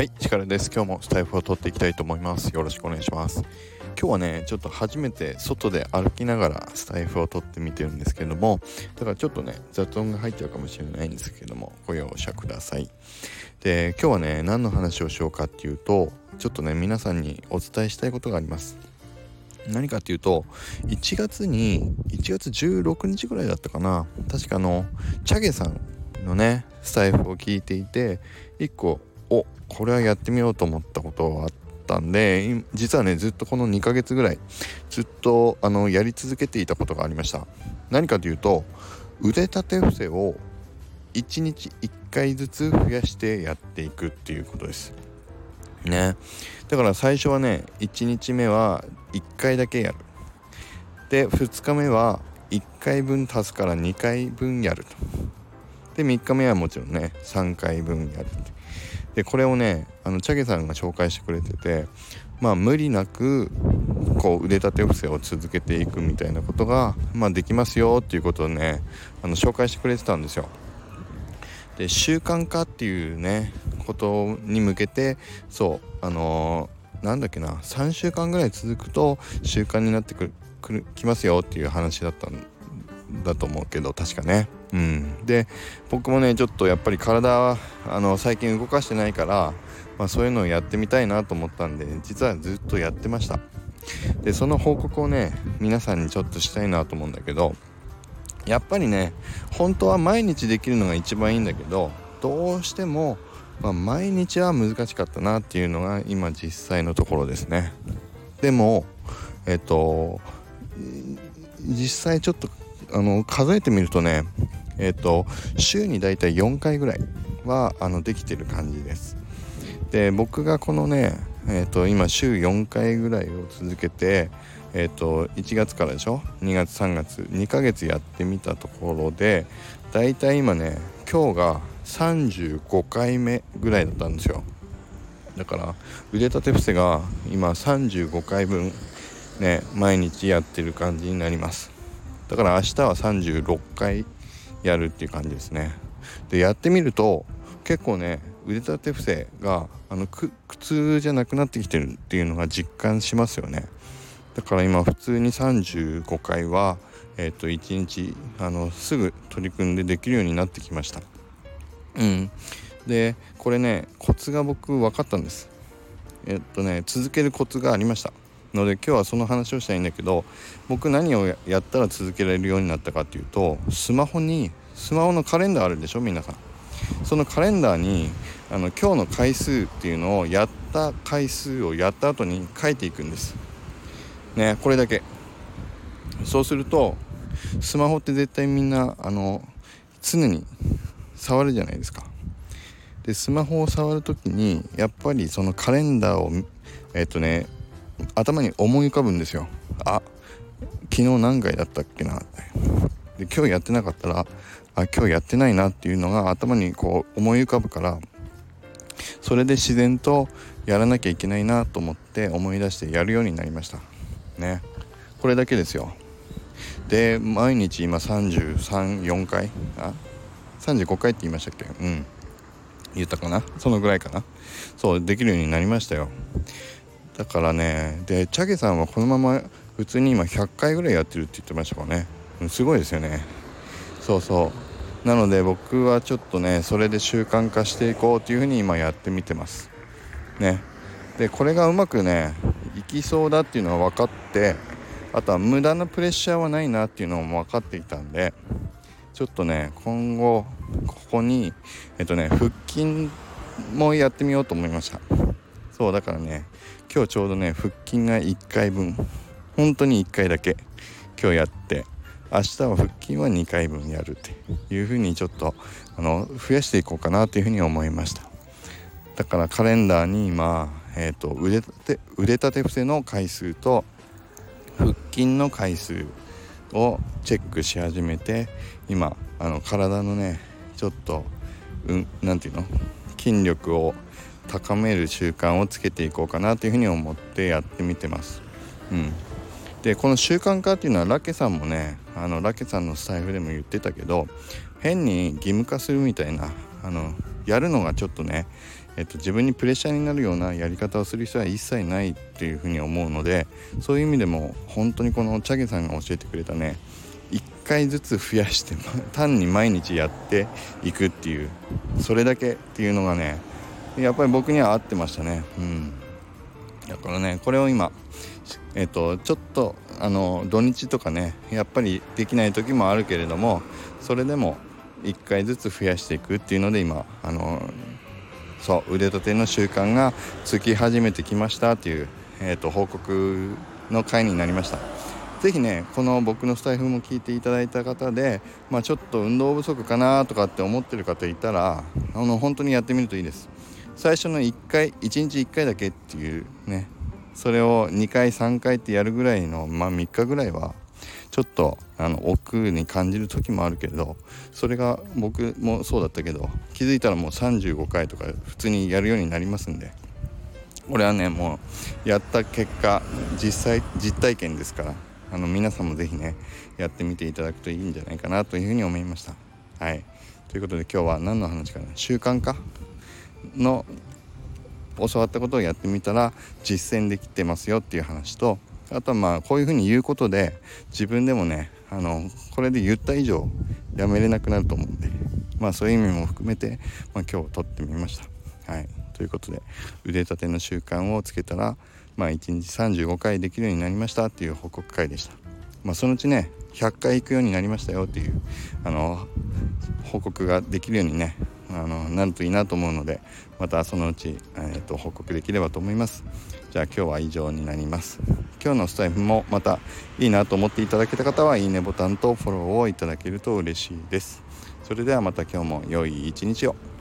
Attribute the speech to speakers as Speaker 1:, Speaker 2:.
Speaker 1: はい、力です。今日もスタイフを取っていきたいと思います。よろしくお願いします。今日はね、ちょっと初めて外で歩きながらスタイフを取ってみてるんですけども、だからちょっとね、雑音が入っちゃうかもしれないんですけども、ご容赦ください。で、今日はね、何の話をしようかっていうと、ちょっとね、皆さんにお伝えしたいことがあります。何かっていうと、1月16日ぐらいだったかな、確かチャゲさんのね、スタイフを聞いていて、1個これはやってみようと思ったことがあったんで、実はねずっとこの2ヶ月ぐらいずっとやり続けていたことがありました。何かというと、腕立て伏せを1日1回ずつ増やしてやっていくっていうことですね。だから最初はね、1日目は1回だけやる。で2日目は1回分足すから2回分やると。で3日目はもちろんね3回分やる。でこれをねチャゲさんが紹介してくれてて、無理なくこう腕立て伏せを続けていくみたいなことができますよっていうことをね紹介してくれてたんですよ。で習慣化っていうねことに向けて、3週間ぐらい続くと習慣になってきますよっていう話だったんだと思うけど、確かね。で僕もねちょっとやっぱり体は最近動かしてないから、そういうのをやってみたいなと思ったんで、実はずっとやってました。でその報告をね皆さんにちょっとしたいなと思うんだけど、やっぱりね本当は毎日できるのが一番いいんだけど、どうしても、毎日は難しかったなっていうのが今実際のところですね。でも実際ちょっと数えてみるとね週にだいたい4回ぐらいはできてる感じです。で僕がこのね今週4回ぐらいを続けて1月からでしょ、2月3月2ヶ月やってみたところで、だいたい今ね今日が35回目ぐらいだったんですよ。だから腕立て伏せが今35回分ね毎日やってる感じになります。だから明日は36回やるっていう感じですね。でやってみると結構ね腕立て伏せが苦痛じゃなくなってきてるっていうのが実感しますよね。だから今普通に35回は1日すぐ取り組んでできるようになってきました。でこれねコツが僕分かったんです。続けるコツがありましたので、今日はその話をしたいんだけど、僕何をやったら続けられるようになったかっていうと、スマホのカレンダーあるでしょ皆さん。そのカレンダーに今日の回数っていうのをやった回数をやった後に書いていくんですね。これだけ。そうするとスマホって絶対みんな常に触るじゃないですか。でスマホを触るときにやっぱりそのカレンダーを頭に思い浮かぶんですよ。昨日何回だったっけな。で今日やってなかったら今日やってないなっていうのが頭にこう思い浮かぶから、それで自然とやらなきゃいけないなと思って思い出してやるようになりましたね。これだけですよ。で毎日今33、4回35回って言いましたっけ。言ったかな、そのぐらいかな。そうできるようになりましたよ。だからね、でチャゲさんはこのまま普通に今100回ぐらいやってるって言ってましたからね。すごいですよね。なので僕はちょっとねそれで習慣化していこうというふうに今やってみてますね。でこれがうまくねいきそうだっていうのは分かって、あとは無駄なプレッシャーはないなっていうのも分かっていたんで、ちょっとね今後ここに腹筋もやってみようと思いました。だからね今日ちょうどね腹筋が1回分、本当に1回だけ今日やって、明日は腹筋は2回分やるっていう風にちょっと増やしていこうかなというふうに思いました。だからカレンダーに今、腕立て伏せの回数と腹筋の回数をチェックし始めて、今体のねちょっと筋力を高める習慣をつけていこうかなというふうに思ってやってみてます。でこの習慣化っていうのはラケさんもねラケさんのスタイフでも言ってたけど、変に義務化するみたいなやるのがちょっとね自分にプレッシャーになるようなやり方をする必要は一切ないっていうふうに思うので、そういう意味でも本当にこのチャゲさんが教えてくれたね、1回ずつ増やして単に毎日やっていくっていう、それだけっていうのがねやっぱり僕には合ってましたね。だからねこれを今ちょっと土日とかねやっぱりできない時もあるけれども、それでも1回ずつ増やしていくっていうので今腕立ての習慣がつき始めてきましたっていう、報告の回になりました。ぜひねこの僕のスタイフも聞いていただいた方で、ちょっと運動不足かなとかって思ってる方いたら本当にやってみるといいです。最初の1日1回だけっていうね、それを2回3回ってやるぐらいの、3日ぐらいはちょっと億劫に感じる時もあるけれど、それが僕もそうだったけど、気づいたらもう35回とか普通にやるようになりますんで、これはねもうやった結果実体験ですから、皆さんもぜひねやってみていただくといいんじゃないかなというふうに思いました。はい、ということで今日は何の話かな、習慣化の教わったことをやってみたら実践できてますよっていう話と、あとはこういうふうに言うことで自分でもねこれで言った以上やめれなくなると思うんで、そういう意味も含めて、今日撮ってみました。はい、ということで腕立ての習慣をつけたら、1日35回できるようになりましたっていう報告会でした。そのうちね100回行くようになりましたよっていう報告ができるようにねなるといいなと思うので、またそのうち、報告できればと思います。じゃあ今日は以上になります。今日のスタイフもまたいいなと思っていただけた方はいいねボタンとフォローをいただけると嬉しいです。それではまた今日も良い一日を。